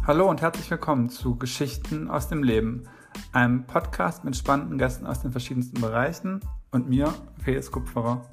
Hallo und herzlich willkommen zu Geschichten aus dem Leben, einem Podcast mit spannenden Gästen aus den verschiedensten Bereichen und mir, Felix Kupferer.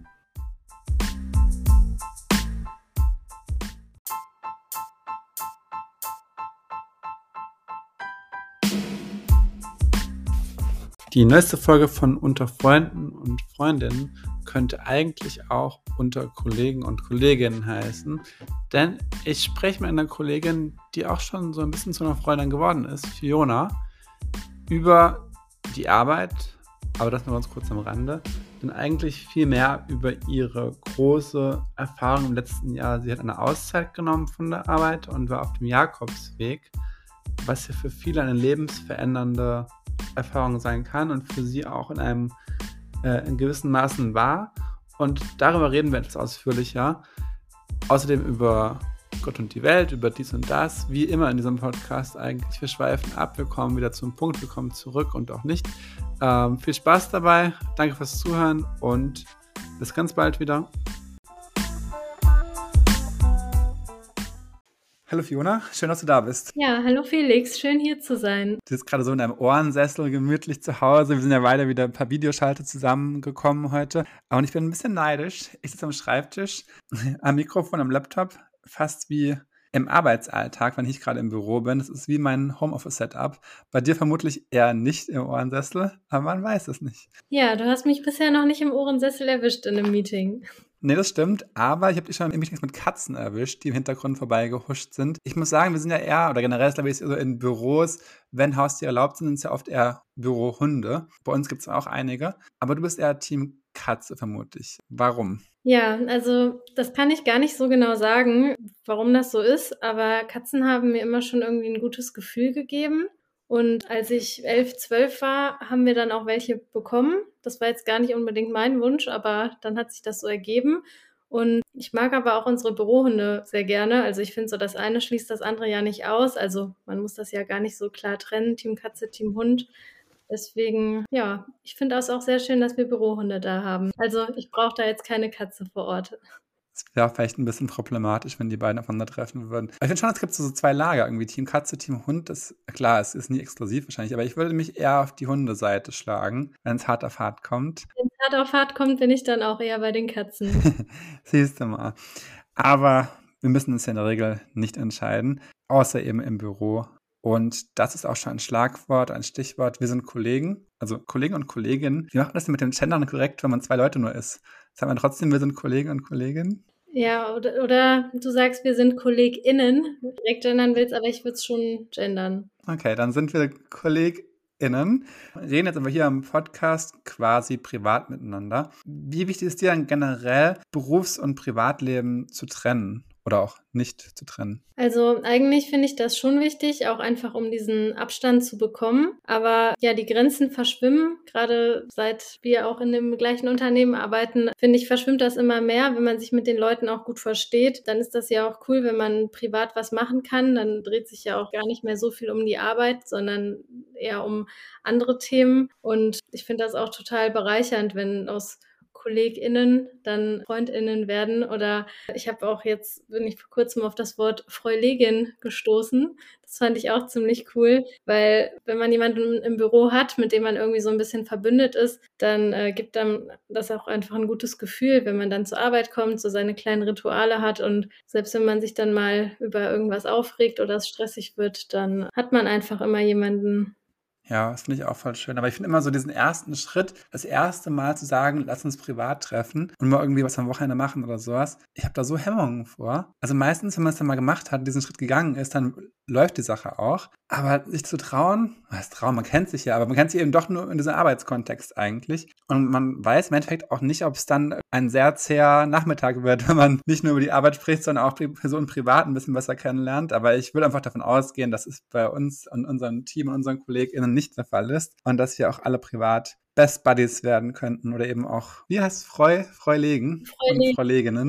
Die neueste Folge von Unter Freunden und Freundinnen könnte eigentlich auch unter Kollegen und Kolleginnen heißen, denn ich spreche mit einer Kollegin, die auch schon so ein bisschen zu einer Freundin geworden ist, Fiona, über die Arbeit, aber das nur ganz kurz am Rande, denn eigentlich viel mehr über ihre große Erfahrung im letzten Jahr. Sie hat eine Auszeit genommen von der Arbeit und war auf dem Jakobsweg, was ja für viele eine lebensverändernde Erfahrung sein kann und für sie auch in gewissen Maßen war. Und darüber reden wir etwas ausführlicher. Außerdem über Gott und die Welt, über dies und das, wie immer in diesem Podcast eigentlich. Wir schweifen ab, wir kommen wieder zum Punkt, wir kommen zurück und auch nicht. Viel Spaß dabei, danke fürs Zuhören und bis ganz bald wieder. Hallo Fiona, schön, dass du da bist. Ja, hallo Felix, schön hier zu sein. Du bist gerade so in deinem Ohrensessel gemütlich zu Hause. Wir sind ja beide wieder ein paar Videoschalte zusammengekommen heute. Und ich bin ein bisschen neidisch. Ich sitze am Schreibtisch, am Mikrofon, am Laptop, fast wie im Arbeitsalltag, wenn ich gerade im Büro bin. Das ist wie mein Homeoffice-Setup. Bei dir vermutlich eher nicht im Ohrensessel, aber man weiß es nicht. Ja, du hast mich bisher noch nicht im Ohrensessel erwischt in einem Meeting. Nee, das stimmt, aber ich habe dich schon in Meetings mit Katzen erwischt, die im Hintergrund vorbeigehuscht sind. Ich muss sagen, wir sind ja eher, oder generell ist glaube ich so in Büros, wenn Haustiere erlaubt sind, sind es ja oft eher Bürohunde. Bei uns gibt es auch einige, aber du bist eher Team Katze vermutlich. Warum? Ja, also das kann ich gar nicht so genau sagen, warum das so ist, aber Katzen haben mir immer schon irgendwie ein gutes Gefühl gegeben. Und als ich 11, 12 war, haben wir dann auch welche bekommen. Das war jetzt gar nicht unbedingt mein Wunsch, aber dann hat sich das so ergeben. Und ich mag aber auch unsere Bürohunde sehr gerne. Also ich finde so, das eine schließt das andere ja nicht aus. Also man muss das ja gar nicht so klar trennen, Team Katze, Team Hund. Deswegen, ja, ich finde das auch sehr schön, dass wir Bürohunde da haben. Also ich brauche da jetzt keine Katze vor Ort. Es wäre vielleicht ein bisschen problematisch, wenn die beiden aufeinandertreffen würden. Aber ich finde schon, es gibt so zwei Lager irgendwie. Team Katze, Team Hund. Klar, es ist nie exklusiv wahrscheinlich, aber ich würde mich eher auf die Hundeseite schlagen, wenn es hart auf hart kommt. Wenn es hart auf hart kommt, bin ich dann auch eher bei den Katzen. Siehst du mal. Aber wir müssen uns ja in der Regel nicht entscheiden, außer eben im Büro. Und das ist auch schon ein Schlagwort, ein Stichwort. Wir sind Kollegen, also Kollegen und Kolleginnen. Wie macht man das denn mit dem Gendern korrekt, wenn man 2 Leute nur ist? Sagt man trotzdem, wir sind Kollegen und Kolleginnen? Ja, oder du sagst, wir sind KollegInnen. Direkt gendern willst, aber ich würde es schon gendern. Okay, dann sind wir KollegInnen. Wir reden jetzt aber hier im Podcast quasi privat miteinander. Wie wichtig ist dir denn generell, Berufs- und Privatleben zu trennen? Oder auch nicht zu trennen? Also eigentlich finde ich das schon wichtig, auch einfach um diesen Abstand zu bekommen. Aber ja, die Grenzen verschwimmen. Gerade seit wir auch in dem gleichen Unternehmen arbeiten, finde ich, verschwimmt das immer mehr. Wenn man sich mit den Leuten auch gut versteht, dann ist das ja auch cool, wenn man privat was machen kann. Dann dreht sich ja auch gar nicht mehr so viel um die Arbeit, sondern eher um andere Themen. Und ich finde das auch total bereichernd, wenn aus KollegInnen dann FreundInnen werden. Oder ich habe auch jetzt, bin ich vor kurzem auf das Wort Fräulegin gestoßen. Das fand ich auch ziemlich cool, weil wenn man jemanden im Büro hat, mit dem man irgendwie so ein bisschen verbündet ist, dann gibt einem das auch einfach ein gutes Gefühl, wenn man dann zur Arbeit kommt, so seine kleinen Rituale hat und selbst wenn man sich dann mal über irgendwas aufregt oder es stressig wird, dann hat man einfach immer jemanden. Ja, das finde ich auch voll schön. Aber ich finde immer so diesen ersten Schritt, das erste Mal zu sagen, lass uns privat treffen und mal irgendwie was am Wochenende machen oder sowas. Ich habe da so Hemmungen vor. Also meistens, wenn man es dann mal gemacht hat, diesen Schritt gegangen ist, dann läuft die Sache auch. Aber sich zu trauen, was trauen, man kennt sich ja, aber man kennt sich eben doch nur in diesem Arbeitskontext eigentlich. Und man weiß im Endeffekt auch nicht, ob es dann ein sehr zäher Nachmittag wird, wenn man nicht nur über die Arbeit spricht, sondern auch die Person privat ein bisschen besser kennenlernt. Aber ich will einfach davon ausgehen, dass es bei uns und unserem Team und unseren KollegInnen nicht der Fall ist und dass wir auch alle privat Best Buddies werden könnten oder eben auch, wie heißt es, Fräulegen und Fräulein, Fräuleginnen. ja.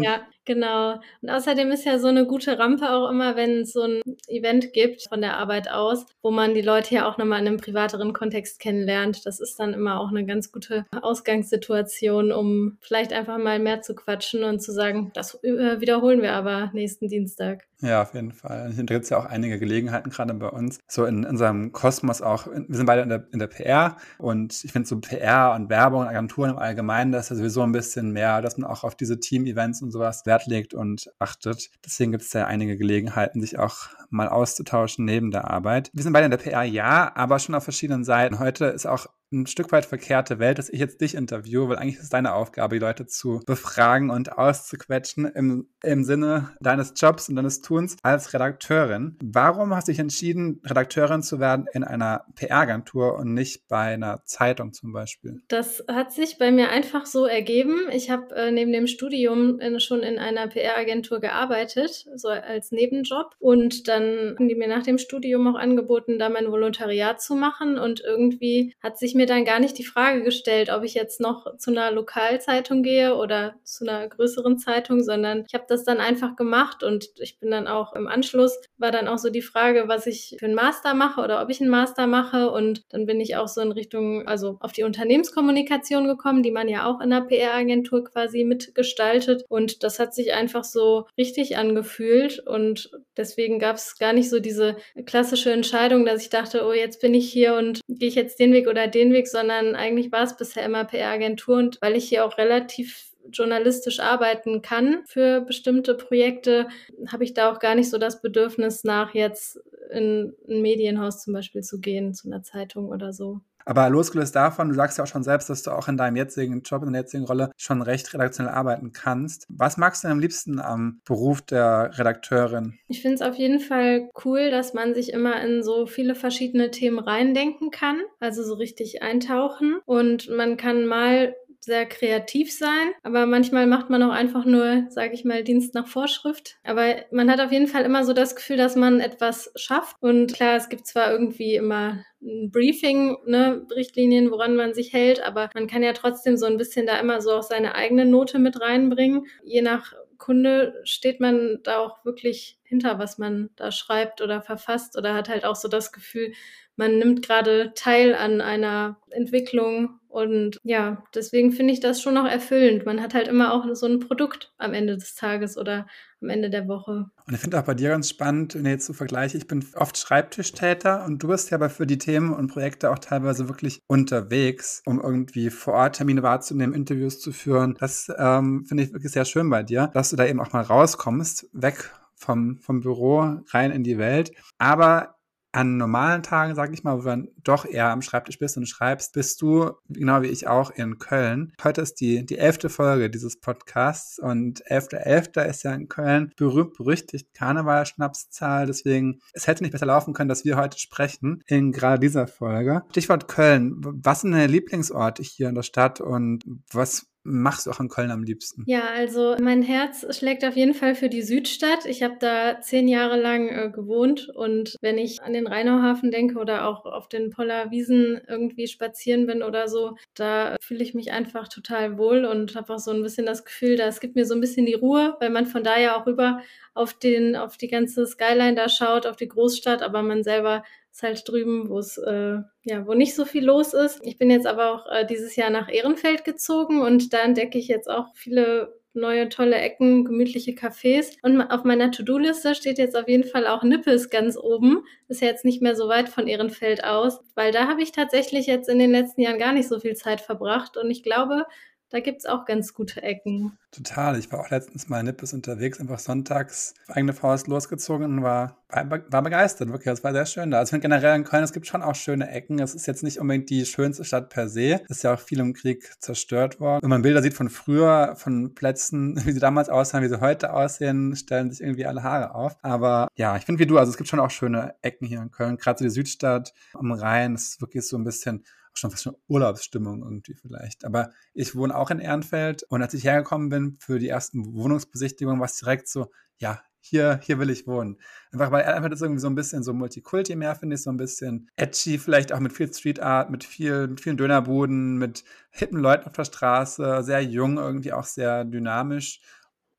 Genau. Und außerdem ist ja so eine gute Rampe auch immer, wenn es so ein Event gibt von der Arbeit aus, wo man die Leute ja auch nochmal in einem privateren Kontext kennenlernt. Das ist dann immer auch eine ganz gute Ausgangssituation, um vielleicht einfach mal mehr zu quatschen und zu sagen, das wiederholen wir aber nächsten Dienstag. Ja, auf jeden Fall. Da gibt es ja auch einige Gelegenheiten, gerade bei uns, so in unserem Kosmos auch. Wir sind beide in der PR und ich finde so PR und Werbung und Agenturen im Allgemeinen, das ist ja sowieso ein bisschen mehr, dass man auch auf diese Team-Events und sowas Wert legt und achtet. Deswegen gibt es ja einige Gelegenheiten, sich auch mal auszutauschen neben der Arbeit. Wir sind beide in der PR, ja, aber schon auf verschiedenen Seiten. Heute ist auch ein Stück weit verkehrte Welt, dass ich jetzt dich interviewe, weil eigentlich ist es deine Aufgabe, die Leute zu befragen und auszuquetschen im Sinne deines Jobs und deines Tuns als Redakteurin. Warum hast du dich entschieden, Redakteurin zu werden in einer PR-Agentur und nicht bei einer Zeitung zum Beispiel? Das hat sich bei mir einfach so ergeben. Ich habe neben dem Studium schon in einer PR-Agentur gearbeitet, so als Nebenjob. Und dann haben die mir nach dem Studium auch angeboten, da mein Volontariat zu machen. Und irgendwie hat sich mir dann gar nicht die Frage gestellt, ob ich jetzt noch zu einer Lokalzeitung gehe oder zu einer größeren Zeitung, sondern ich habe das dann einfach gemacht und ich bin dann auch im Anschluss, war dann auch so die Frage, was ich für einen Master mache oder ob ich einen Master mache. Und dann bin ich auch so in Richtung, also auf die Unternehmenskommunikation gekommen, die man ja auch in einer PR-Agentur quasi mitgestaltet. Und das hat sich einfach so richtig angefühlt. Und deswegen gab es gar nicht so diese klassische Entscheidung, dass ich dachte, oh, jetzt bin ich hier und gehe ich jetzt den Weg oder den Weg, sondern eigentlich war es bisher immer PR-Agentur. Und weil ich hier auch relativ journalistisch arbeiten kann für bestimmte Projekte, habe ich da auch gar nicht so das Bedürfnis, nach jetzt in ein Medienhaus zum Beispiel zu gehen, zu einer Zeitung oder so. Aber losgelöst davon, du sagst ja auch schon selbst, dass du auch in deinem jetzigen Job, in der jetzigen Rolle schon recht redaktionell arbeiten kannst. Was magst du denn am liebsten am Beruf der Redakteurin? Ich finde es auf jeden Fall cool, dass man sich immer in so viele verschiedene Themen reindenken kann, also so richtig eintauchen. Und man kann mal sehr kreativ sein, aber manchmal macht man auch einfach nur, sage ich mal, Dienst nach Vorschrift. Aber man hat auf jeden Fall immer so das Gefühl, dass man etwas schafft. Und klar, es gibt zwar irgendwie immer ein Briefing, ne, Richtlinien, woran man sich hält, aber man kann ja trotzdem so ein bisschen da immer so auch seine eigene Note mit reinbringen. Je nach Kunde steht man da auch wirklich hinter, was man da schreibt oder verfasst oder hat halt auch so das Gefühl, man nimmt gerade teil an einer Entwicklung und ja, deswegen finde ich das schon auch erfüllend. Man hat halt immer auch so ein Produkt am Ende des Tages oder am Ende der Woche. Und ich finde auch bei dir ganz spannend, wenn ich jetzt so vergleiche, ich bin oft Schreibtischtäter und du bist ja aber für die Themen und Projekte auch teilweise wirklich unterwegs, um irgendwie vor Ort Termine wahrzunehmen, Interviews zu führen. Das finde ich wirklich sehr schön bei dir, dass du da eben auch mal rauskommst, weg vom Büro, rein in die Welt. Aber an normalen Tagen, sage ich mal, wo du dann doch eher am Schreibtisch bist und schreibst, bist du, genau wie ich auch, in Köln. Heute ist die 11. Folge dieses Podcasts und 11.11. ist ja in Köln berühmt-berüchtigt Karneval-Schnapszahl. Deswegen, es hätte nicht besser laufen können, dass wir heute sprechen in gerade dieser Folge. Stichwort Köln. Was sind deine Lieblingsorte hier in der Stadt und was machst du auch in Köln am liebsten? Ja, also mein Herz schlägt auf jeden Fall für die Südstadt. Ich habe da 10 Jahre lang gewohnt und wenn ich an den Rheinauhafen denke oder auch auf den Poller Wiesen irgendwie spazieren bin oder so, da fühle ich mich einfach total wohl und habe auch so ein bisschen das Gefühl, das gibt mir so ein bisschen die Ruhe, weil man von da ja auch rüber auf die ganze Skyline da schaut, auf die Großstadt, aber man selber ist halt drüben, wo es wo nicht so viel los ist. Ich bin jetzt aber auch dieses Jahr nach Ehrenfeld gezogen und da entdecke ich jetzt auch viele neue tolle Ecken, gemütliche Cafés. Und auf meiner To-Do-Liste steht jetzt auf jeden Fall auch Nippes ganz oben. Ist ja jetzt nicht mehr so weit von Ehrenfeld aus, weil da habe ich tatsächlich jetzt in den letzten Jahren gar nicht so viel Zeit verbracht und ich glaube, da gibt's auch ganz gute Ecken. Total. Ich war auch letztens mal in Nippes unterwegs, einfach sonntags auf eigene Faust losgezogen und war begeistert. Wirklich, das war sehr schön da. Also ich finde generell in Köln, es gibt schon auch schöne Ecken. Es ist jetzt nicht unbedingt die schönste Stadt per se. Es ist ja auch viel im Krieg zerstört worden. Wenn man Bilder sieht von früher, von Plätzen, wie sie damals aussahen, wie sie heute aussehen, stellen sich irgendwie alle Haare auf. Aber ja, ich finde wie du, also es gibt schon auch schöne Ecken hier in Köln. Gerade so die Südstadt am Rhein, das ist wirklich so ein bisschen schon fast schon Urlaubsstimmung irgendwie vielleicht. Aber ich wohne auch in Ehrenfeld und als ich hergekommen bin für die ersten Wohnungsbesichtigungen, war es direkt so, ja, hier will ich wohnen. Einfach weil Ehrenfeld ist irgendwie so ein bisschen so Multikulti mehr, finde ich, so ein bisschen edgy, vielleicht auch mit viel Street Art, mit vielen Dönerbuden, mit hippen Leuten auf der Straße, sehr jung, irgendwie auch sehr dynamisch.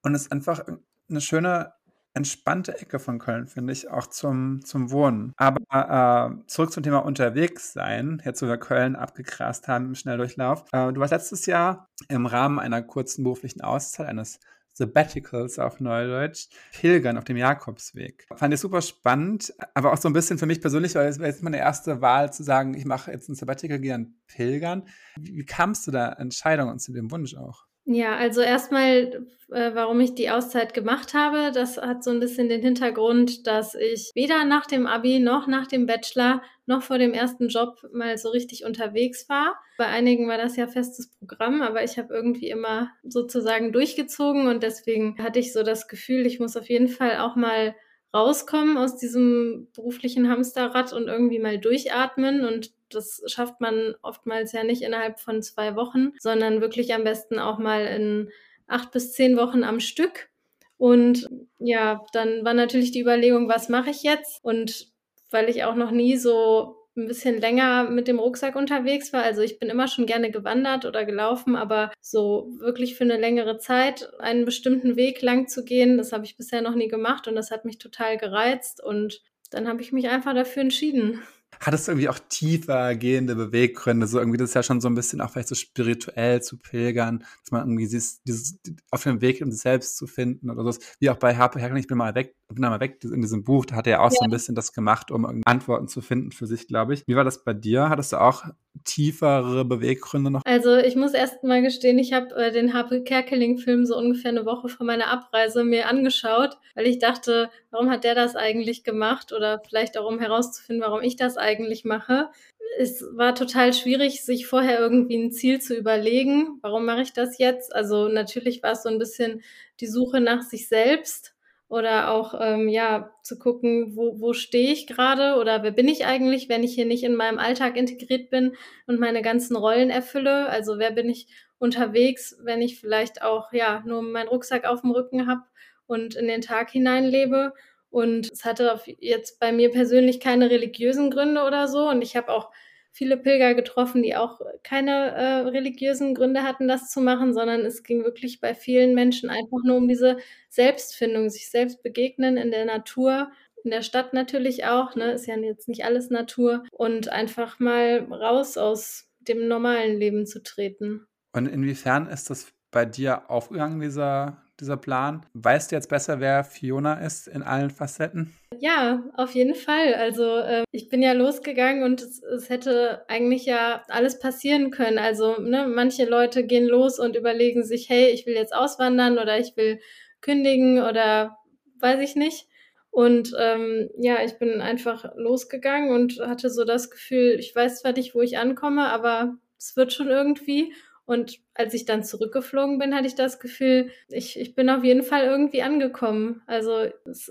und es ist einfach eine schöne, entspannte Ecke von Köln, finde ich, auch zum Wohnen. Aber zurück zum Thema unterwegs sein, jetzt wo wir Köln abgegrast haben im Schnelldurchlauf. Du warst letztes Jahr im Rahmen einer kurzen beruflichen Auszeit, eines Sabbaticals auf Neudeutsch, pilgern auf dem Jakobsweg. Fand ich super spannend, aber auch so ein bisschen für mich persönlich, weil es war jetzt meine erste Wahl zu sagen, ich mache jetzt ein Sabbatical, gehe dann pilgern. Wie kamst du da Entscheidung und zu dem Wunsch auch? Ja, also erstmal, warum ich die Auszeit gemacht habe, das hat so ein bisschen den Hintergrund, dass ich weder nach dem Abi noch nach dem Bachelor noch vor dem ersten Job mal so richtig unterwegs war. Bei einigen war das ja festes Programm, aber ich habe irgendwie immer sozusagen durchgezogen und deswegen hatte ich so das Gefühl, ich muss auf jeden Fall auch mal rauskommen aus diesem beruflichen Hamsterrad und irgendwie mal durchatmen. Und das schafft man oftmals ja nicht innerhalb von 2 Wochen, sondern wirklich am besten auch mal in 8 bis 10 Wochen am Stück. Und ja, dann war natürlich die Überlegung, was mache ich jetzt? Und weil ich auch noch nie so ein bisschen länger mit dem Rucksack unterwegs war. Also ich bin immer schon gerne gewandert oder gelaufen, aber so wirklich für eine längere Zeit einen bestimmten Weg lang zu gehen, das habe ich bisher noch nie gemacht und das hat mich total gereizt und dann habe ich mich einfach dafür entschieden. Hattest du irgendwie auch tiefer gehende Beweggründe? So irgendwie, das ist ja schon so ein bisschen auch vielleicht so spirituell zu pilgern, dass man irgendwie dieses auf dem Weg, um sich selbst zu finden oder so. Wie auch bei Harpe Kerkeling, ich bin da mal weg, in diesem Buch, da hat er ja auch so ein bisschen das gemacht, um irgendwie Antworten zu finden für sich, glaube ich. Wie war das bei dir? Hattest du auch tiefere Beweggründe noch? Also, ich muss erst mal gestehen, ich habe, den Harpe Kerkeling-Film so ungefähr 'ne Woche vor meiner Abreise mir angeschaut, weil ich dachte: „Warum hat der das eigentlich gemacht?“ Oder vielleicht auch, um herauszufinden, warum ich das eigentlich mache. Es war total schwierig, sich vorher irgendwie 'n Ziel zu überlegen: „Warum mache ich das jetzt?“ Also, natürlich war es so 'n bisschen die Suche nach sich selbst oder auch, ja, zu gucken, wo stehe ich grade oder wer bin ich eigentlich, wenn ich hier nicht in meinem Alltag integriert bin und meine ganzen Rollen erfülle. Also, wer bin ich unterwegs, wenn ich vielleicht auch, ja, nur meinen Rucksack aufm Rücken habe und in den Tag hineinlebe. Und es hatte auf jetzt bei mir persönlich keine religiösen Gründe oder so. Und ich habe auch viele Pilger getroffen, die auch keine, religiösen Gründe hatten, das zu machen, sondern es ging wirklich bei vielen Menschen einfach nur um diese Selbstfindung, sich selbst begegnen in der Natur, in der Stadt natürlich auch, ne? Ist ja jetzt nicht alles Natur und einfach mal raus aus dem normalen Leben zu treten. Und inwiefern ist das bei dir aufgegangen, dieser Plan? Weißt du jetzt besser, wer Fiona ist in allen Facetten? Ja, auf jeden Fall. Also, ich bin ja losgegangen und es hätte eigentlich ja alles passieren können. Also, ne, manche Leute gehen los und überlegen sich: „Hey, ich will jetzt auswandern“ oder „Ich will kündigen“ oder weiß ich nicht. Und, ja, ich bin einfach losgegangen und hatte so das Gefühl, ich weiß zwar nicht, wo ich ankomme, aber es wird schon irgendwie. Und als ich dann zurückgeflogen bin, hatte ich das Gefühl, ich bin auf jeden Fall irgendwie angekommen. Also,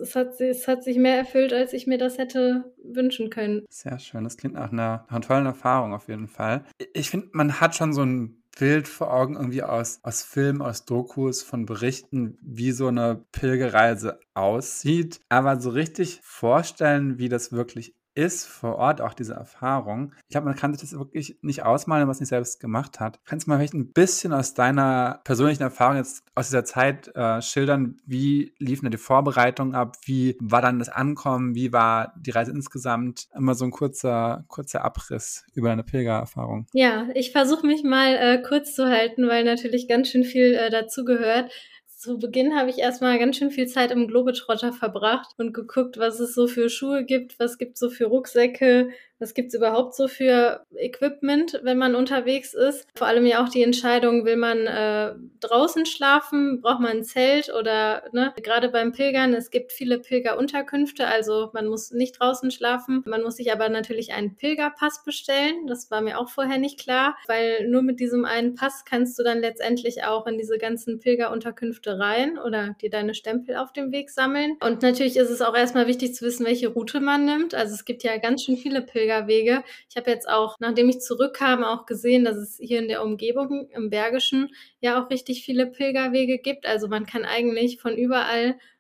es hat sich mehr erfüllt, als ich mir das hätte wünschen können. Sehr schön, das klingt nach 'ner tollen Erfahrung auf jeden Fall. Ich finde, man hat schon so ein Bild vor Augen irgendwie aus Filmen, aus Dokus, von Berichten, wie so eine Pilgerreise aussieht. Aber so richtig vorstellen, wie das wirklich ist vor Ort, auch diese Erfahrung. Ich glaube, man kann sich das wirklich nicht ausmalen, wenn man's nicht selbst gemacht hat. Kannst du mal vielleicht ein bisschen aus deiner persönlichen Erfahrung jetzt aus dieser Zeit, schildern, wie liefen da die Vorbereitungen ab? Wie war dann das Ankommen? Wie war die Reise insgesamt? Immer so ein kurzer Abriss über deine Pilgererfahrung. Ja, ich versuche mich mal, kurz zu halten, weil natürlich ganz schön viel, dazugehört. Zu Beginn habe ich erst mal ganz schön viel Zeit im Globetrotter verbracht und geguckt, was es so für Schuhe gibt, was gibt's so für Rucksäcke, was gibt's überhaupt so für Equipment, wenn man unterwegs ist. Vor allem ja auch die Entscheidung, will man, draußen schlafen, braucht man 'n Zelt oder ne, grade beim Pilgern, es gibt viele Pilgerunterkünfte, also man muss nicht draußen schlafen. Man muss sich aber natürlich einen Pilgerpass bestellen. Das war mir auch vorher nicht klar, weil nur mit diesem einen Pass kannst du dann letztendlich auch in diese ganzen Pilgerunterkünfte rein oder dir deine Stempel auf dem Weg sammeln. Und natürlich ist es auch erst mal wichtig zu wissen, welche Route man nimmt. Also, es gibt ja ganz schön viele Pilgerwege. Ich habe jetzt auch, nachdem ich zurückkam, auch gesehen, dass es hier in der Umgebung im Bergischen ja auch richtig viele Pilgerwege gibt. Also, man kann eigentlich von überall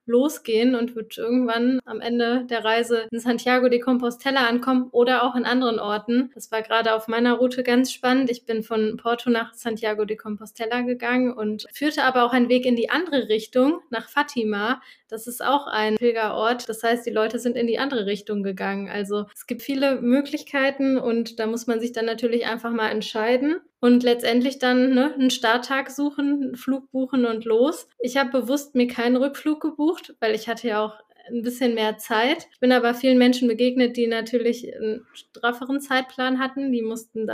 losgehen und würde irgendwann am Ende der Reise in Santiago de Compostela ankommen oder auch in anderen Orten. Das war gerade auf meiner Route ganz spannend. Ich bin von Porto nach Santiago de Compostela gegangen und führte aber auch einen Weg in die andere Richtung, nach Fatima. Das ist auch ein Pilgerort. Das heißt, die Leute sind in die andere Richtung gegangen. Also es gibt viele Möglichkeiten und da muss man sich dann natürlich einfach mal entscheiden und letztendlich dann einen Starttag suchen, einen Flug buchen und los. Ich habe bewusst mir keinen Rückflug gebucht, weil ich hatte ja auch ein bisschen mehr Zeit. Ich bin aber vielen Menschen begegnet, die natürlich einen strafferen Zeitplan hatten. Die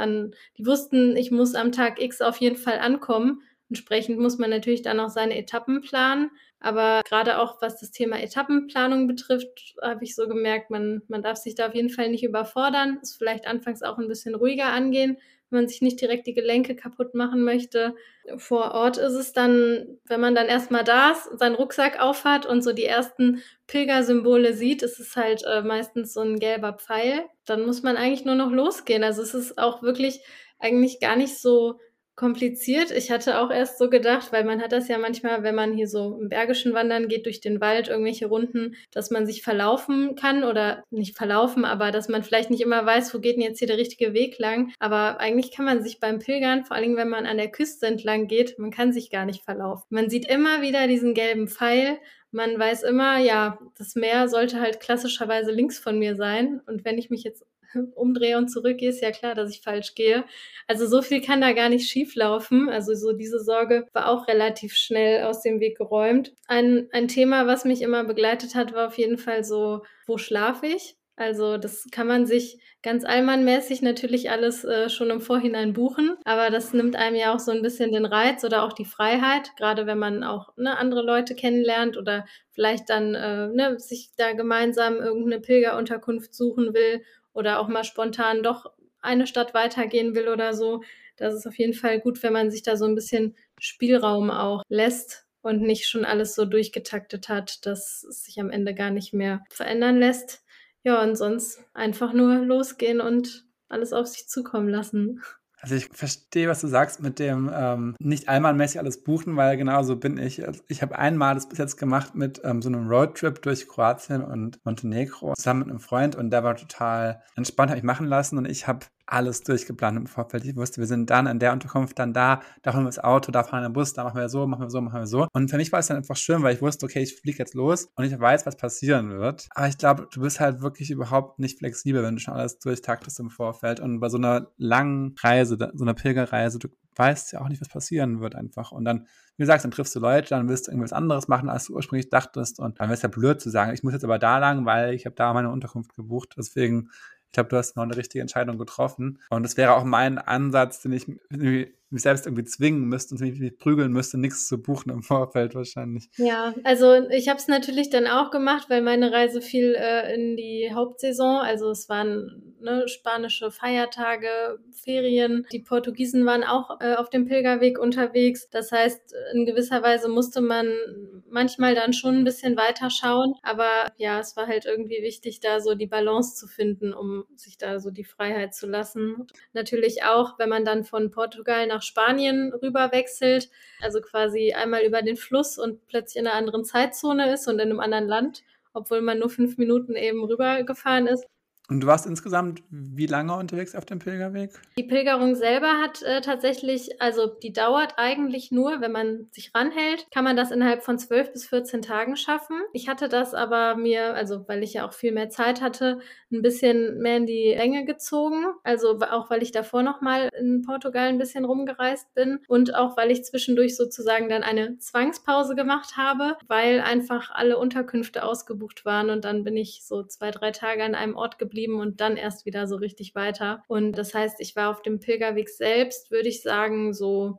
wussten, ich muss am Tag X auf jeden Fall ankommen. Entsprechend muss man natürlich dann auch seine Etappen planen. Aber gerade auch was das Thema Etappenplanung betrifft, habe ich so gemerkt, man darf sich da auf jeden Fall nicht überfordern. Es vielleicht anfangs auch ein bisschen ruhiger angehen, wenn man sich nicht direkt die Gelenke kaputt machen möchte. Vor Ort ist es dann, wenn man dann erstmal da ist, seinen Rucksack aufhat und so die ersten Pilgersymbole sieht, ist es halt meistens so ein gelber Pfeil. Dann muss man eigentlich nur noch losgehen. Also es ist auch wirklich eigentlich gar nicht so kompliziert. Ich hatte auch erst so gedacht, weil man hat das ja manchmal, wenn man hier so im Bergischen wandern geht, durch den Wald, irgendwelche Runden, dass man sich verlaufen kann oder nicht verlaufen, aber dass man vielleicht nicht immer weiß, wo geht denn jetzt hier der richtige Weg lang. Aber eigentlich kann man sich beim Pilgern, vor allem wenn man an der Küste entlang geht, man kann sich gar nicht verlaufen. Man sieht immer wieder diesen gelben Pfeil. Man weiß immer, ja, das Meer sollte halt klassischerweise links von mir sein. Und wenn ich mich jetzt umdrehe und zurückgehe, ist ja klar, dass ich falsch gehe. Also so viel kann da gar nicht schief laufen. Also so diese Sorge war auch relativ schnell aus dem Weg geräumt. Ein Thema, was mich immer begleitet hat, war auf jeden Fall so, wo schlafe ich? Also das kann man sich ganz allmannmäßig natürlich alles schon im Vorhinein buchen, aber das nimmt einem ja auch so ein bisschen den Reiz oder auch die Freiheit, gerade wenn man auch andere Leute kennenlernt oder vielleicht dann sich da gemeinsam irgendeine Pilgerunterkunft suchen will oder auch mal spontan doch eine Stadt weitergehen will oder so. Das ist auf jeden Fall gut, wenn man sich da so ein bisschen Spielraum auch lässt und nicht schon alles so durchgetaktet hat, dass es sich am Ende gar nicht mehr verändern lässt. Ja, und sonst einfach nur losgehen und alles auf sich zukommen lassen. Also ich verstehe, was du sagst mit dem nicht allmannmäßig alles buchen, weil genau so bin ich. Also ich habe einmal das bis jetzt gemacht mit so einem Roadtrip durch Kroatien und Montenegro zusammen mit einem Freund und der war total entspannt, habe ich machen lassen und ich habe alles durchgeplant im Vorfeld. Ich wusste, wir sind dann in der Unterkunft, dann da holen wir das Auto, da fahren wir den Bus, da machen wir so, machen wir so, machen wir so. Und für mich war es dann einfach schön, weil ich wusste, okay, ich fliege jetzt los und ich weiß, was passieren wird. Aber ich glaube, du bist halt wirklich überhaupt nicht flexibel, wenn du schon alles durchtaktest im Vorfeld. Und bei so einer langen Reise, so einer Pilgerreise, du weißt ja auch nicht, was passieren wird einfach. Und dann, wie gesagt, dann triffst du Leute, dann willst du irgendwas anderes machen, als du ursprünglich dachtest. Und dann wäre es ja blöd zu sagen, ich muss jetzt aber da lang, weil ich habe da meine Unterkunft gebucht. Deswegen, ich glaube, du hast noch eine richtige Entscheidung getroffen. Und das wäre auch mein Ansatz, den ich mich selbst irgendwie zwingen müsste und mich prügeln müsste, nichts zu buchen im Vorfeld wahrscheinlich. Ja, also ich habe es natürlich dann auch gemacht, weil meine Reise fiel in die Hauptsaison. Also es waren spanische Feiertage, Ferien. Die Portugiesen waren auch auf dem Pilgerweg unterwegs. Das heißt, in gewisser Weise musste man manchmal dann schon ein bisschen weiter schauen. Aber ja, es war halt irgendwie wichtig, da so die Balance zu finden, um sich da so die Freiheit zu lassen. Natürlich auch, wenn man dann von Portugal nach Spanien rüber wechselt, also quasi einmal über den Fluss und plötzlich in einer anderen Zeitzone ist und in einem anderen Land, obwohl man nur 5 Minuten eben rübergefahren ist. Und du warst insgesamt wie lange unterwegs auf dem Pilgerweg? Die Pilgerung selber hat tatsächlich, also die dauert eigentlich nur, wenn man sich ranhält, kann man das innerhalb von 12 bis 14 Tagen schaffen. Ich hatte das aber mir, also weil ich ja auch viel mehr Zeit hatte, ein bisschen mehr in die Länge gezogen. Also auch, weil ich davor nochmal in Portugal ein bisschen rumgereist bin und auch, weil ich zwischendurch sozusagen dann eine Zwangspause gemacht habe, weil einfach alle Unterkünfte ausgebucht waren und dann bin ich so 2, 3 Tage an einem Ort geblieben und dann erst wieder so richtig weiter. Und das heißt, ich war auf dem Pilgerweg selbst, würde ich sagen, so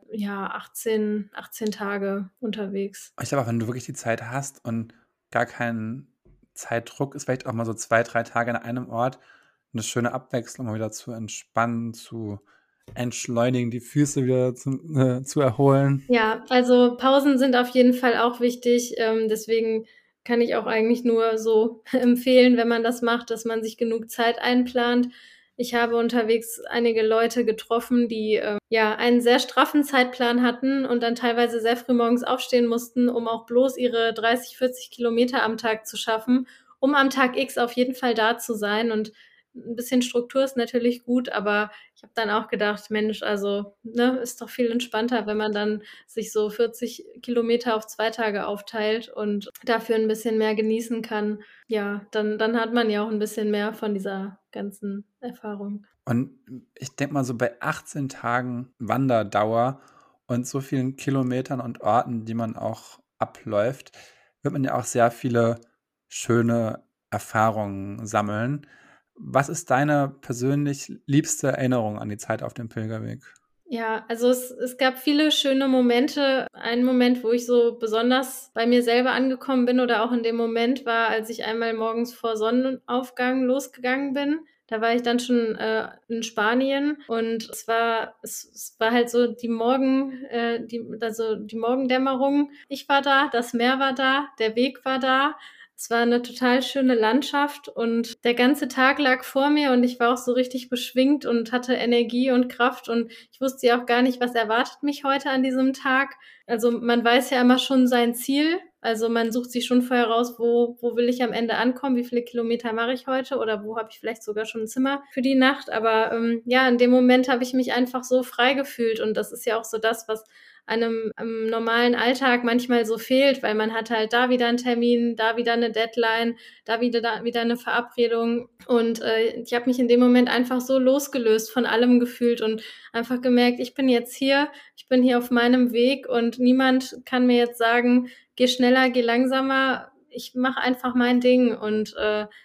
18 Tage unterwegs. Ich glaube auch, wenn du wirklich die Zeit hast und gar keinen Zeitdruck, ist vielleicht auch mal so 2, 3 Tage an einem Ort eine schöne Abwechslung, mal wieder zu entspannen, zu entschleunigen, die Füße wieder zu erholen. Ja, also Pausen sind auf jeden Fall auch wichtig. Deswegen kann ich auch eigentlich nur so empfehlen, wenn man das macht, dass man sich genug Zeit einplant. Ich habe unterwegs einige Leute getroffen, die ja einen sehr straffen Zeitplan hatten und dann teilweise sehr früh morgens aufstehen mussten, um auch bloß ihre 30, 40 Kilometer am Tag zu schaffen, um am Tag X auf jeden Fall da zu sein. Und ein bisschen Struktur ist natürlich gut, aber ich habe dann auch gedacht, Mensch, also ne, ist doch viel entspannter, wenn man dann sich so 40 Kilometer auf 2 Tage aufteilt und dafür ein bisschen mehr genießen kann. Ja, dann hat man ja auch ein bisschen mehr von dieser ganzen Erfahrung. Und ich denke mal so bei 18 Tagen Wanderdauer und so vielen Kilometern und Orten, die man auch abläuft, wird man ja auch sehr viele schöne Erfahrungen sammeln. Was ist deine persönlich liebste Erinnerung an die Zeit auf dem Pilgerweg? Ja, also es gab viele schöne Momente. Ein Moment, wo ich so besonders bei mir selber angekommen bin oder auch in dem Moment war, als ich einmal morgens vor Sonnenaufgang losgegangen bin. Da war ich dann schon in Spanien und es war halt so die Morgendämmerung. Ich war da, das Meer war da, der Weg war da. Es war eine total schöne Landschaft und der ganze Tag lag vor mir und ich war auch so richtig beschwingt und hatte Energie und Kraft und ich wusste ja auch gar nicht, was erwartet mich heute an diesem Tag. Also man weiß ja immer schon sein Ziel. Also man sucht sich schon vorher raus, wo will ich am Ende ankommen, wie viele Kilometer mache ich heute oder wo habe ich vielleicht sogar schon ein Zimmer für die Nacht. Aber ja, in dem Moment habe ich mich einfach so frei gefühlt und das ist ja auch so das, was einem im normalen Alltag manchmal so fehlt, weil man hat halt da wieder einen Termin, da wieder eine Deadline, da wieder eine Verabredung. Und ich habe mich in dem Moment einfach so losgelöst von allem gefühlt und einfach gemerkt, ich bin hier auf meinem Weg und niemand kann mir jetzt sagen, geh schneller, geh langsamer. Ich mache einfach mein Ding und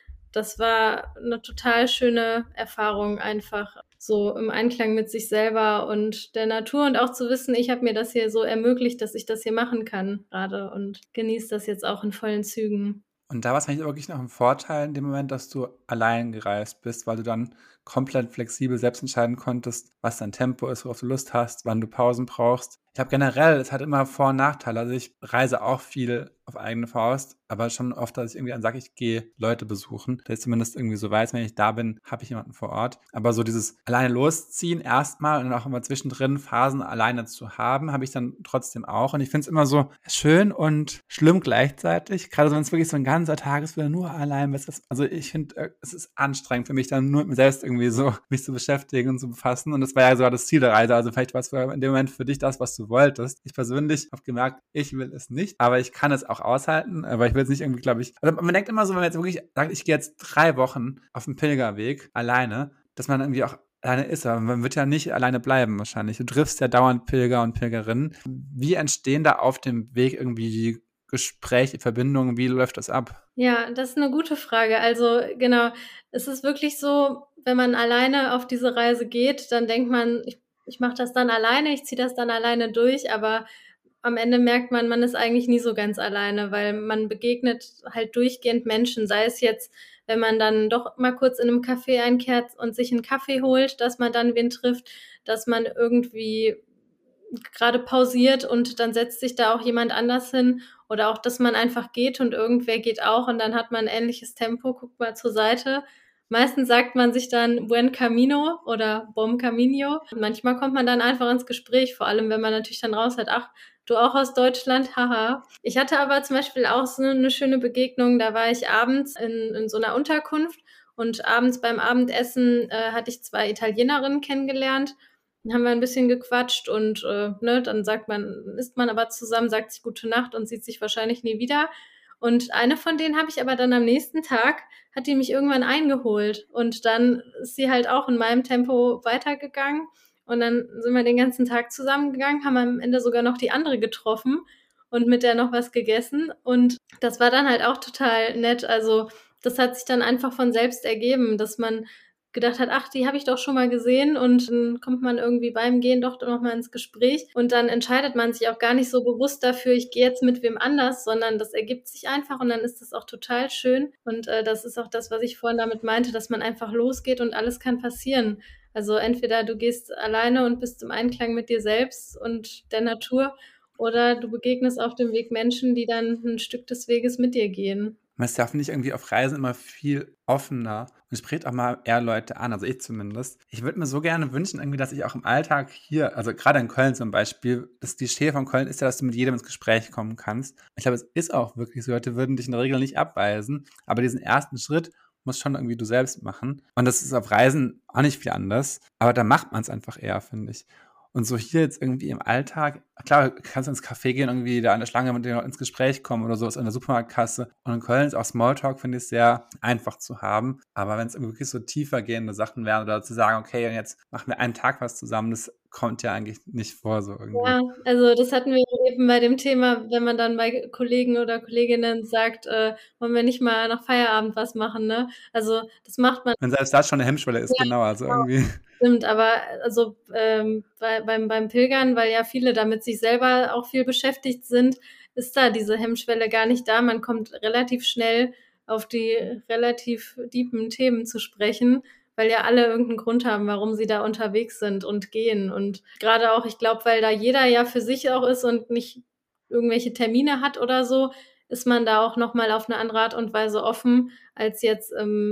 das war eine total schöne Erfahrung, einfach so im Einklang mit sich selber und der Natur und auch zu wissen, ich habe mir das hier so ermöglicht, dass ich das hier machen kann gerade und genieße das jetzt auch in vollen Zügen. Und da war es eigentlich wirklich noch ein Vorteil in dem Moment, dass du allein gereist bist, weil du dann komplett flexibel selbst entscheiden konntest, was dein Tempo ist, worauf du Lust hast, wann du Pausen brauchst. Ich glaube generell, es hat immer Vor- und Nachteile. Also ich reise auch viel auf eigene Faust, aber schon oft, dass ich irgendwie dann sage, ich gehe Leute besuchen, dass ich zumindest irgendwie so weiß, wenn ich da bin, habe ich jemanden vor Ort. Aber so dieses alleine losziehen erstmal und auch immer zwischendrin Phasen alleine zu haben, habe ich dann trotzdem auch. Und ich finde es immer so schön und schlimm gleichzeitig. Gerade wenn es wirklich so ein ganzer Tag ist, wo du nur allein bist. Also ich finde, es ist anstrengend für mich, dann nur mit mir selbst irgendwie so mich zu beschäftigen und zu befassen. Und das war ja sogar das Ziel der Reise. Also vielleicht war es in dem Moment für dich das, was du wolltest. Ich persönlich habe gemerkt, ich will es nicht, aber ich kann es auch aushalten. Aber ich will es nicht irgendwie, glaube ich. Also man denkt immer so, wenn man jetzt wirklich sagt, ich gehe jetzt 3 Wochen auf den Pilgerweg alleine, dass man irgendwie auch alleine ist, aber man wird ja nicht alleine bleiben wahrscheinlich. Du triffst ja dauernd Pilger und Pilgerinnen. Wie entstehen da auf dem Weg irgendwie Gespräche, Verbindungen? Wie läuft das ab? Ja, das ist eine gute Frage. Also, genau, es ist wirklich so, wenn man alleine auf diese Reise geht, dann denkt man: „Ich mache das dann alleine, ich ziehe das dann alleine durch“, aber am Ende merkt man, man ist eigentlich nie so ganz alleine, weil man begegnet halt durchgehend Menschen, sei es jetzt, wenn man dann doch mal kurz in einem Café einkehrt und sich einen Kaffee holt, dass man dann wen trifft, dass man irgendwie gerade pausiert und dann setzt sich da auch jemand anders hin oder auch, dass man einfach geht und irgendwer geht auch und dann hat man ein ähnliches Tempo, guckt mal zur Seite. Meistens sagt man sich dann Buen Camino oder Bom Camino. Und manchmal kommt man dann einfach ins Gespräch, vor allem wenn man natürlich dann raus hat, ach, du auch aus Deutschland, haha. Ich hatte aber zum Beispiel auch so eine schöne Begegnung, da war ich abends in so einer Unterkunft und abends beim Abendessen hatte ich 2 Italienerinnen kennengelernt. Dann haben wir ein bisschen gequatscht und ne, dann isst man aber zusammen, sagt sich gute Nacht und sieht sich wahrscheinlich nie wieder. Und eine von denen habe ich aber dann am nächsten Tag, hat die mich irgendwann eingeholt. Und dann ist sie halt auch in meinem Tempo weitergegangen. Und dann sind wir den ganzen Tag zusammengegangen, haben am Ende sogar noch die andere getroffen und mit der noch was gegessen. Und das war dann halt auch total nett. Also das hat sich dann einfach von selbst ergeben, dass man gedacht hat, ach, die habe ich doch schon mal gesehen und dann kommt man irgendwie beim Gehen doch noch mal ins Gespräch und dann entscheidet man sich auch gar nicht so bewusst dafür, ich gehe jetzt mit wem anders, sondern das ergibt sich einfach und dann ist das auch total schön und das ist auch das, was ich vorhin damit meinte, dass man einfach losgeht und alles kann passieren. Also entweder du gehst alleine und bist im Einklang mit dir selbst und der Natur oder du begegnest auf dem Weg Menschen, die dann ein Stück des Weges mit dir gehen. Man ist ja, finde ich, irgendwie auf Reisen immer viel offener und spricht auch mal eher Leute an, also ich zumindest. Ich würde mir so gerne wünschen, irgendwie, dass ich auch im Alltag hier, also gerade in Köln zum Beispiel, das Klischee von Köln ist ja, dass du mit jedem ins Gespräch kommen kannst. Ich glaube, es ist auch wirklich so, Leute würden dich in der Regel nicht abweisen, aber diesen ersten Schritt musst schon irgendwie du selbst machen. Und das ist auf Reisen auch nicht viel anders, aber da macht man es einfach eher, finde ich. Und so hier jetzt irgendwie im Alltag, klar, kannst du ins Café gehen, irgendwie da an der Schlange mit denen ins Gespräch kommen oder so, ist an der Supermarktkasse. Und in Köln ist auch Smalltalk, finde ich, sehr einfach zu haben. Aber wenn es irgendwie wirklich so tiefer gehende Sachen wären oder zu sagen, okay, und jetzt machen wir einen Tag was zusammen, das kommt ja eigentlich nicht vor, so irgendwie. Ja, also das hatten wir eben bei dem Thema, wenn man dann bei Kollegen oder Kolleginnen sagt, wollen wir nicht mal nach Feierabend was machen, ne? Also das macht man. Wenn selbst das schon eine Hemmschwelle ist, Ja, genau, also genau. irgendwie. Stimmt, aber also beim Pilgern, weil ja viele damit sich selber auch viel beschäftigt sind, ist da diese Hemmschwelle gar nicht da. Man kommt relativ schnell auf die relativ tiefen Themen zu sprechen, weil ja alle irgendeinen Grund haben, warum sie da unterwegs sind und gehen. Und gerade auch, ich glaube, weil da jeder ja für sich auch ist und nicht irgendwelche Termine hat oder so, ist man da auch nochmal auf eine andere Art und Weise offen als jetzt im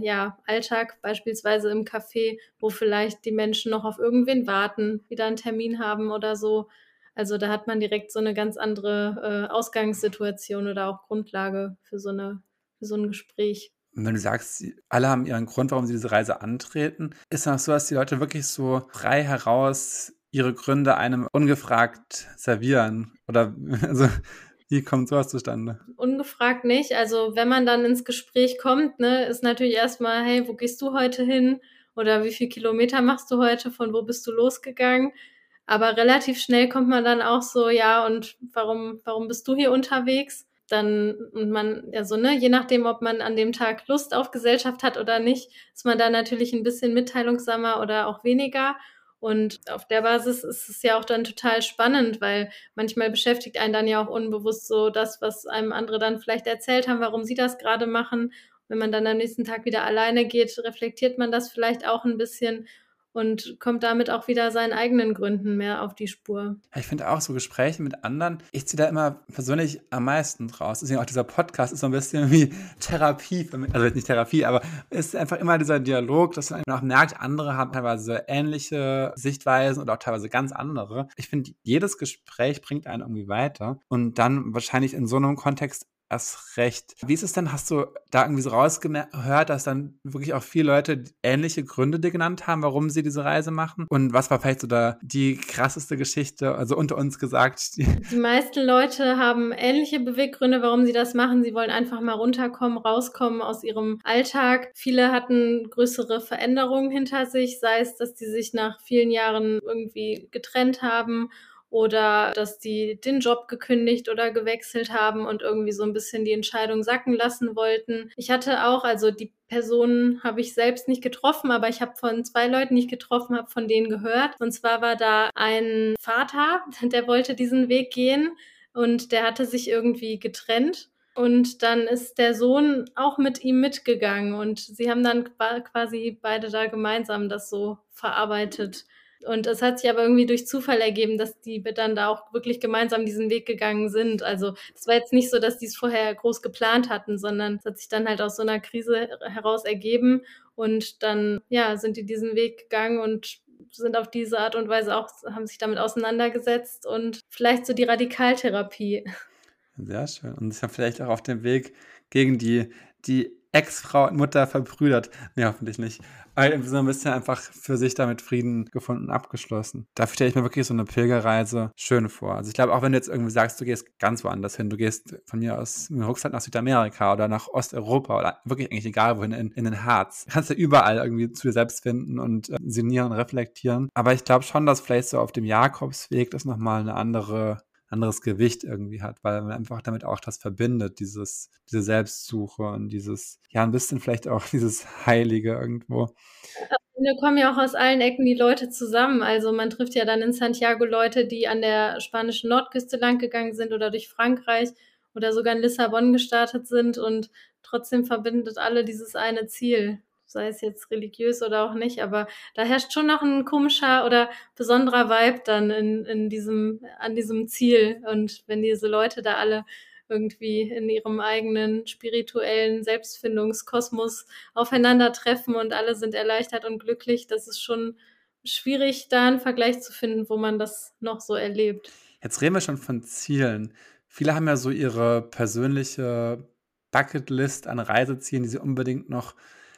Alltag, beispielsweise im Café, wo vielleicht die Menschen noch auf irgendwen warten, wieder einen Termin haben oder so. Also da hat man direkt so eine ganz andere Ausgangssituation oder auch Grundlage für so ein Gespräch. Und wenn du sagst, alle haben ihren Grund, warum sie diese Reise antreten, ist es auch so, dass die Leute wirklich so frei heraus ihre Gründe einem ungefragt servieren? Oder also, wie kommt sowas zustande? Ungefragt nicht. Also wenn man dann ins Gespräch kommt, ne, ist natürlich erstmal, hey, wo gehst du heute hin? Oder wie viel Kilometer machst du heute? Von wo bist du losgegangen? Aber relativ schnell kommt man dann auch so, ja, und warum bist du hier unterwegs? Dann, und man, also, ne, je nachdem, ob man an dem Tag Lust auf Gesellschaft hat oder nicht, ist man da natürlich ein bisschen mitteilungsamer oder auch weniger. Und auf der Basis ist es ja auch dann total spannend, weil manchmal beschäftigt einen dann ja auch unbewusst so das, was einem andere dann vielleicht erzählt haben, warum sie das gerade machen. Wenn man dann am nächsten Tag wieder alleine geht, reflektiert man das vielleicht auch ein bisschen und kommt damit auch wieder seinen eigenen Gründen mehr auf die Spur. Ja, ich finde auch so Gespräche mit anderen, ich ziehe da immer persönlich am meisten draus. Deswegen auch dieser Podcast ist so ein bisschen wie Therapie für mich. Also jetzt nicht Therapie, aber es ist einfach immer dieser Dialog, dass man auch merkt, andere haben teilweise ähnliche Sichtweisen oder auch teilweise ganz andere. Ich finde, jedes Gespräch bringt einen irgendwie weiter und dann wahrscheinlich in so einem Kontext erst recht. Wie ist es denn? Hast du da irgendwie so rausgehört, dass dann wirklich auch viele Leute ähnliche Gründe dir genannt haben, warum sie diese Reise machen? Und was war vielleicht so da die krasseste Geschichte, also unter uns gesagt? Die meisten Leute haben ähnliche Beweggründe, warum sie das machen. Sie wollen einfach mal runterkommen, rauskommen aus ihrem Alltag. Viele hatten größere Veränderungen hinter sich, sei es, dass die sich nach vielen Jahren irgendwie getrennt haben oder dass die den Job gekündigt oder gewechselt haben und irgendwie so ein bisschen die Entscheidung sacken lassen wollten. Ich hatte auch, also die Personen habe ich selbst nicht getroffen, aber ich habe von 2 Leuten, die ich getroffen habe, von denen gehört. Und zwar war da ein Vater, der wollte diesen Weg gehen und der hatte sich irgendwie getrennt. Und dann ist der Sohn auch mit ihm mitgegangen und sie haben dann quasi beide da gemeinsam das so verarbeitet. Und es hat sich aber irgendwie durch Zufall ergeben, dass die dann da auch wirklich gemeinsam diesen Weg gegangen sind. Also es war jetzt nicht so, dass die es vorher groß geplant hatten, sondern es hat sich dann halt aus so einer Krise heraus ergeben. Und dann, ja, sind die diesen Weg gegangen und sind auf diese Art und Weise auch, haben sich damit auseinandergesetzt und vielleicht so die Radikaltherapie. Sehr schön. Und ist ja vielleicht auch auf dem Weg gegen die Ex-Frau und Mutter verbrüdert. Nee, hoffentlich nicht. Aber so ein bisschen einfach für sich damit Frieden gefunden und abgeschlossen. Da stelle ich mir wirklich so eine Pilgerreise schön vor. Also ich glaube, auch wenn du jetzt irgendwie sagst, du gehst ganz woanders hin, du gehst von mir aus mit dem Rucksack nach Südamerika oder nach Osteuropa oder wirklich eigentlich egal wohin, in den Harz. Du kannst ja überall irgendwie zu dir selbst finden und sinnieren, reflektieren. Aber ich glaube schon, dass vielleicht so auf dem Jakobsweg das nochmal eine anderes Gewicht irgendwie hat, weil man einfach damit auch das verbindet, diese Selbstsuche und dieses, ja, ein bisschen vielleicht auch dieses Heilige irgendwo. Da kommen ja auch aus allen Ecken die Leute zusammen. Also man trifft ja dann in Santiago Leute, die an der spanischen Nordküste langgegangen sind oder durch Frankreich oder sogar in Lissabon gestartet sind und trotzdem verbindet alle dieses eine Ziel, sei es jetzt religiös oder auch nicht, aber da herrscht schon noch ein komischer oder besonderer Vibe dann an diesem Ziel. Und wenn diese Leute da alle irgendwie in ihrem eigenen spirituellen Selbstfindungskosmos aufeinandertreffen und alle sind erleichtert und glücklich. Das ist schon schwierig, da einen Vergleich zu finden, wo man das noch so erlebt. Jetzt reden wir schon von Zielen. Viele haben ja so ihre persönliche Bucketlist an Reisezielen, die sie unbedingt noch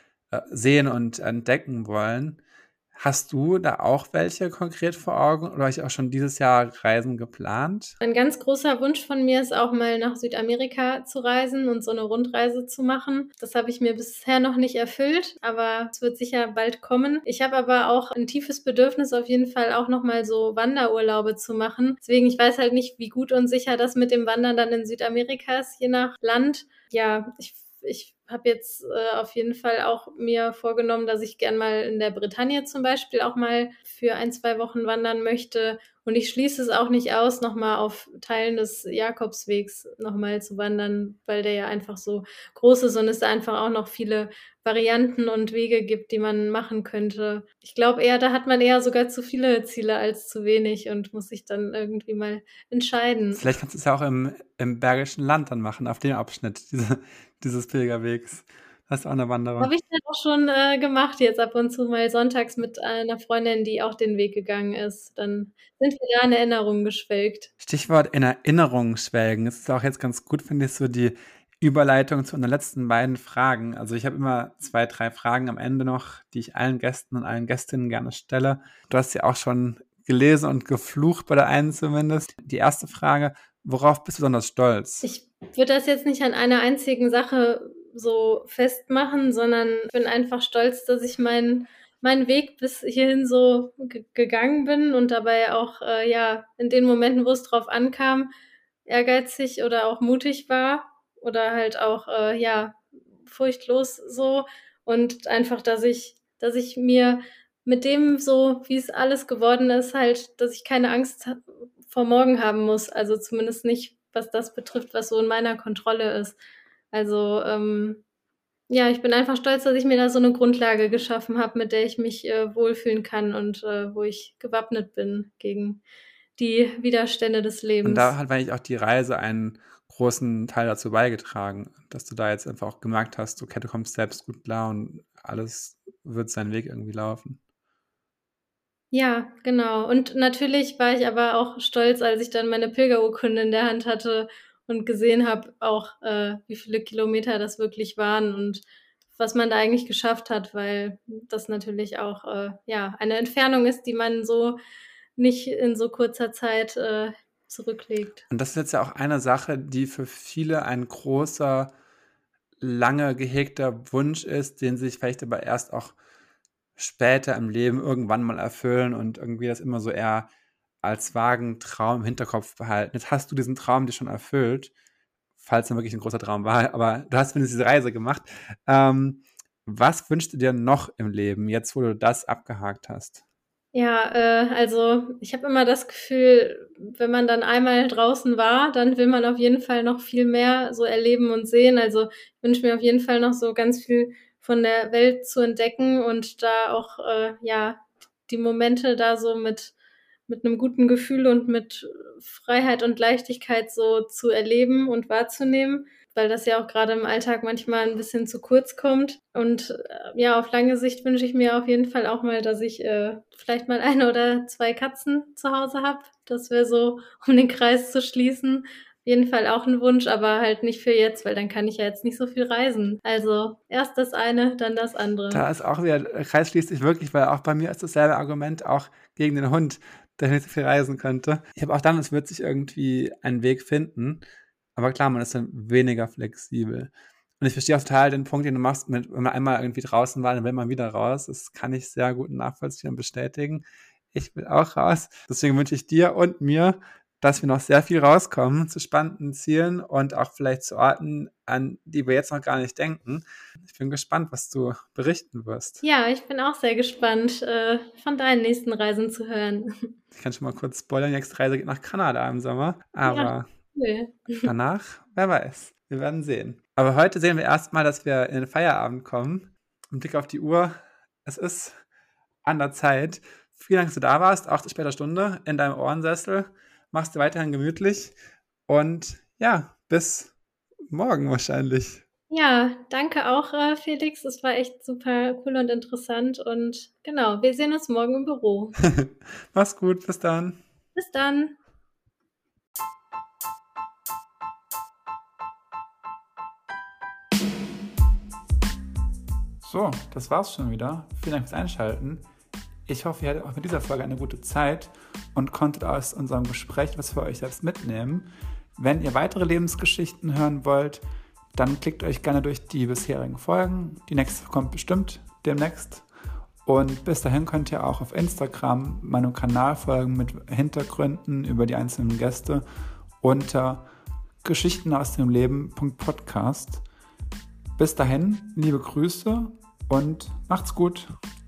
sehen und entdecken wollen. Hast du da auch welche konkret vor Augen oder hast du auch schon dieses Jahr Reisen geplant? Ein ganz großer Wunsch von mir ist auch mal nach Südamerika zu reisen und so eine Rundreise zu machen. Das habe ich mir bisher noch nicht erfüllt, aber es wird sicher bald kommen. Ich habe aber auch ein tiefes Bedürfnis, auf jeden Fall auch noch mal so Wanderurlaube zu machen. Deswegen, ich weiß halt nicht, wie gut und sicher das mit dem Wandern dann in Südamerika ist, je nach Land. Ja, ich habe jetzt auf jeden Fall auch mir vorgenommen, dass ich gern mal in der Bretagne zum Beispiel auch mal für 1, 2 Wochen wandern möchte. Und ich schließe es auch nicht aus, nochmal auf Teilen des Jakobswegs nochmal zu wandern, weil der ja einfach so groß ist und es da einfach auch noch viele Varianten und Wege gibt, die man machen könnte. Ich glaube eher, da hat man eher sogar zu viele Ziele als zu wenig und muss sich dann irgendwie mal entscheiden. Vielleicht kannst du es ja auch im Bergischen Land dann machen, auf dem Abschnitt dieses Pilgerwegs. Das ist auch eine Wanderung. Habe ich dann auch schon gemacht, jetzt ab und zu mal sonntags mit einer Freundin, die auch den Weg gegangen ist. Dann sind wir da in Erinnerung geschwelgt. Stichwort in Erinnerung schwelgen. Es ist auch jetzt ganz gut, finde ich, so die Überleitung zu unseren letzten beiden Fragen. Also ich habe immer 2, 3 Fragen am Ende noch, die ich allen Gästen und allen Gästinnen gerne stelle. Du hast ja auch schon gelesen und geflucht, bei der einen zumindest. Die erste Frage: Worauf bist du besonders stolz? Ich würde das jetzt nicht an einer einzigen Sache so festmachen, sondern bin einfach stolz, dass ich meinen Weg bis hierhin so gegangen bin und dabei auch ja in den Momenten, wo es drauf ankam, ehrgeizig oder auch mutig war oder halt auch ja furchtlos so und einfach, dass ich mir mit dem so, wie es alles geworden ist, halt, dass ich keine Angst vor morgen haben muss. Also zumindest nicht, was das betrifft, was so in meiner Kontrolle ist. Also ja, ich bin einfach stolz, dass ich mir da so eine Grundlage geschaffen habe, mit der ich mich wohlfühlen kann und wo ich gewappnet bin gegen die Widerstände des Und da Lebens. hat eigentlich auch die Reise einen großen Teil dazu beigetragen, dass du da jetzt einfach auch gemerkt hast, okay, du kommst selbst gut klar und alles wird seinen Weg irgendwie laufen. Ja, genau. Und natürlich war ich aber auch stolz, als ich dann meine Pilgerurkunde in der Hand hatte und gesehen habe auch, wie viele Kilometer das wirklich waren und was man da eigentlich geschafft hat, weil das natürlich auch, ja, eine Entfernung ist, die man so nicht in so kurzer Zeit, zurücklegt. Und das ist jetzt ja auch eine Sache, die für viele ein großer, lange gehegter Wunsch ist, den sich vielleicht aber erst auch später im Leben irgendwann mal erfüllen und irgendwie das immer so eher als vagen Traum im Hinterkopf behalten. Jetzt hast du diesen Traum dir schon erfüllt, falls er wirklich ein großer Traum war, aber du hast zumindest diese Reise gemacht. Ähm, Was wünschst du dir noch im Leben, jetzt wo du das abgehakt hast? Ja, also ich habe immer das Gefühl, wenn man dann einmal draußen war, dann will man auf jeden Fall noch viel mehr so erleben und sehen. Also ich wünsche mir auf jeden Fall noch so ganz viel von der Welt zu entdecken und da auch ja die Momente da so mit einem guten Gefühl und mit Freiheit und Leichtigkeit so zu erleben und wahrzunehmen, weil das ja auch gerade im Alltag manchmal ein bisschen zu kurz kommt. Und ja, auf lange Sicht wünsche ich mir auf jeden Fall auch mal, dass ich vielleicht mal 1 oder 2 Katzen zu Hause habe. Das wäre so, um den Kreis zu schließen. Auf jeden Fall auch ein Wunsch, aber halt nicht für jetzt, weil dann kann ich ja jetzt nicht so viel reisen. Also erst das eine, dann das andere. Da ist auch wieder, der Kreis schließt sich wirklich, weil auch bei mir ist dasselbe Argument auch gegen den Hund, der nicht so viel reisen könnte. Ich habe auch dann, es wird sich irgendwie einen Weg finden. Aber klar, man ist dann weniger flexibel. Und ich verstehe auch total den Punkt, den du machst, mit, wenn man einmal irgendwie draußen war, dann will man wieder raus. Das kann ich sehr gut nachvollziehen und bestätigen. Ich will auch raus. Deswegen wünsche ich dir und mir, dass wir noch sehr viel rauskommen zu spannenden Zielen und auch vielleicht zu Orten, an die wir jetzt noch gar nicht denken. Ich bin gespannt, was du berichten wirst. Ja, ich bin auch sehr gespannt, von deinen nächsten Reisen zu hören. Ich kann schon mal kurz spoilern, die nächste Reise geht nach Kanada im Sommer. Ja, Aber cool. danach, wer weiß. Wir werden sehen. Aber heute sehen wir erstmal, dass wir in den Feierabend kommen. Im Blick auf die Uhr, es ist an der Zeit. Vielen Dank, dass du da warst, auch zu später Stunde in deinem Ohrensessel. Machst du weiterhin gemütlich. Und ja, bis morgen wahrscheinlich. Ja, danke auch, Felix. Es war echt super cool und interessant. Und genau, wir sehen uns morgen im Büro. Mach's gut, bis dann. Bis dann. So, das war's schon wieder. Vielen Dank fürs Einschalten. Ich hoffe, ihr hattet auch mit dieser Folge eine gute Zeit und konntet aus unserem Gespräch was für euch selbst mitnehmen. Wenn ihr weitere Lebensgeschichten hören wollt, dann klickt euch gerne durch die bisherigen Folgen. Die nächste kommt bestimmt demnächst. Und bis dahin könnt ihr auch auf Instagram meinem Kanal folgen mit Hintergründen über die einzelnen Gäste unter geschichtenausdemleben.podcast. Bis dahin, liebe Grüße und macht's gut.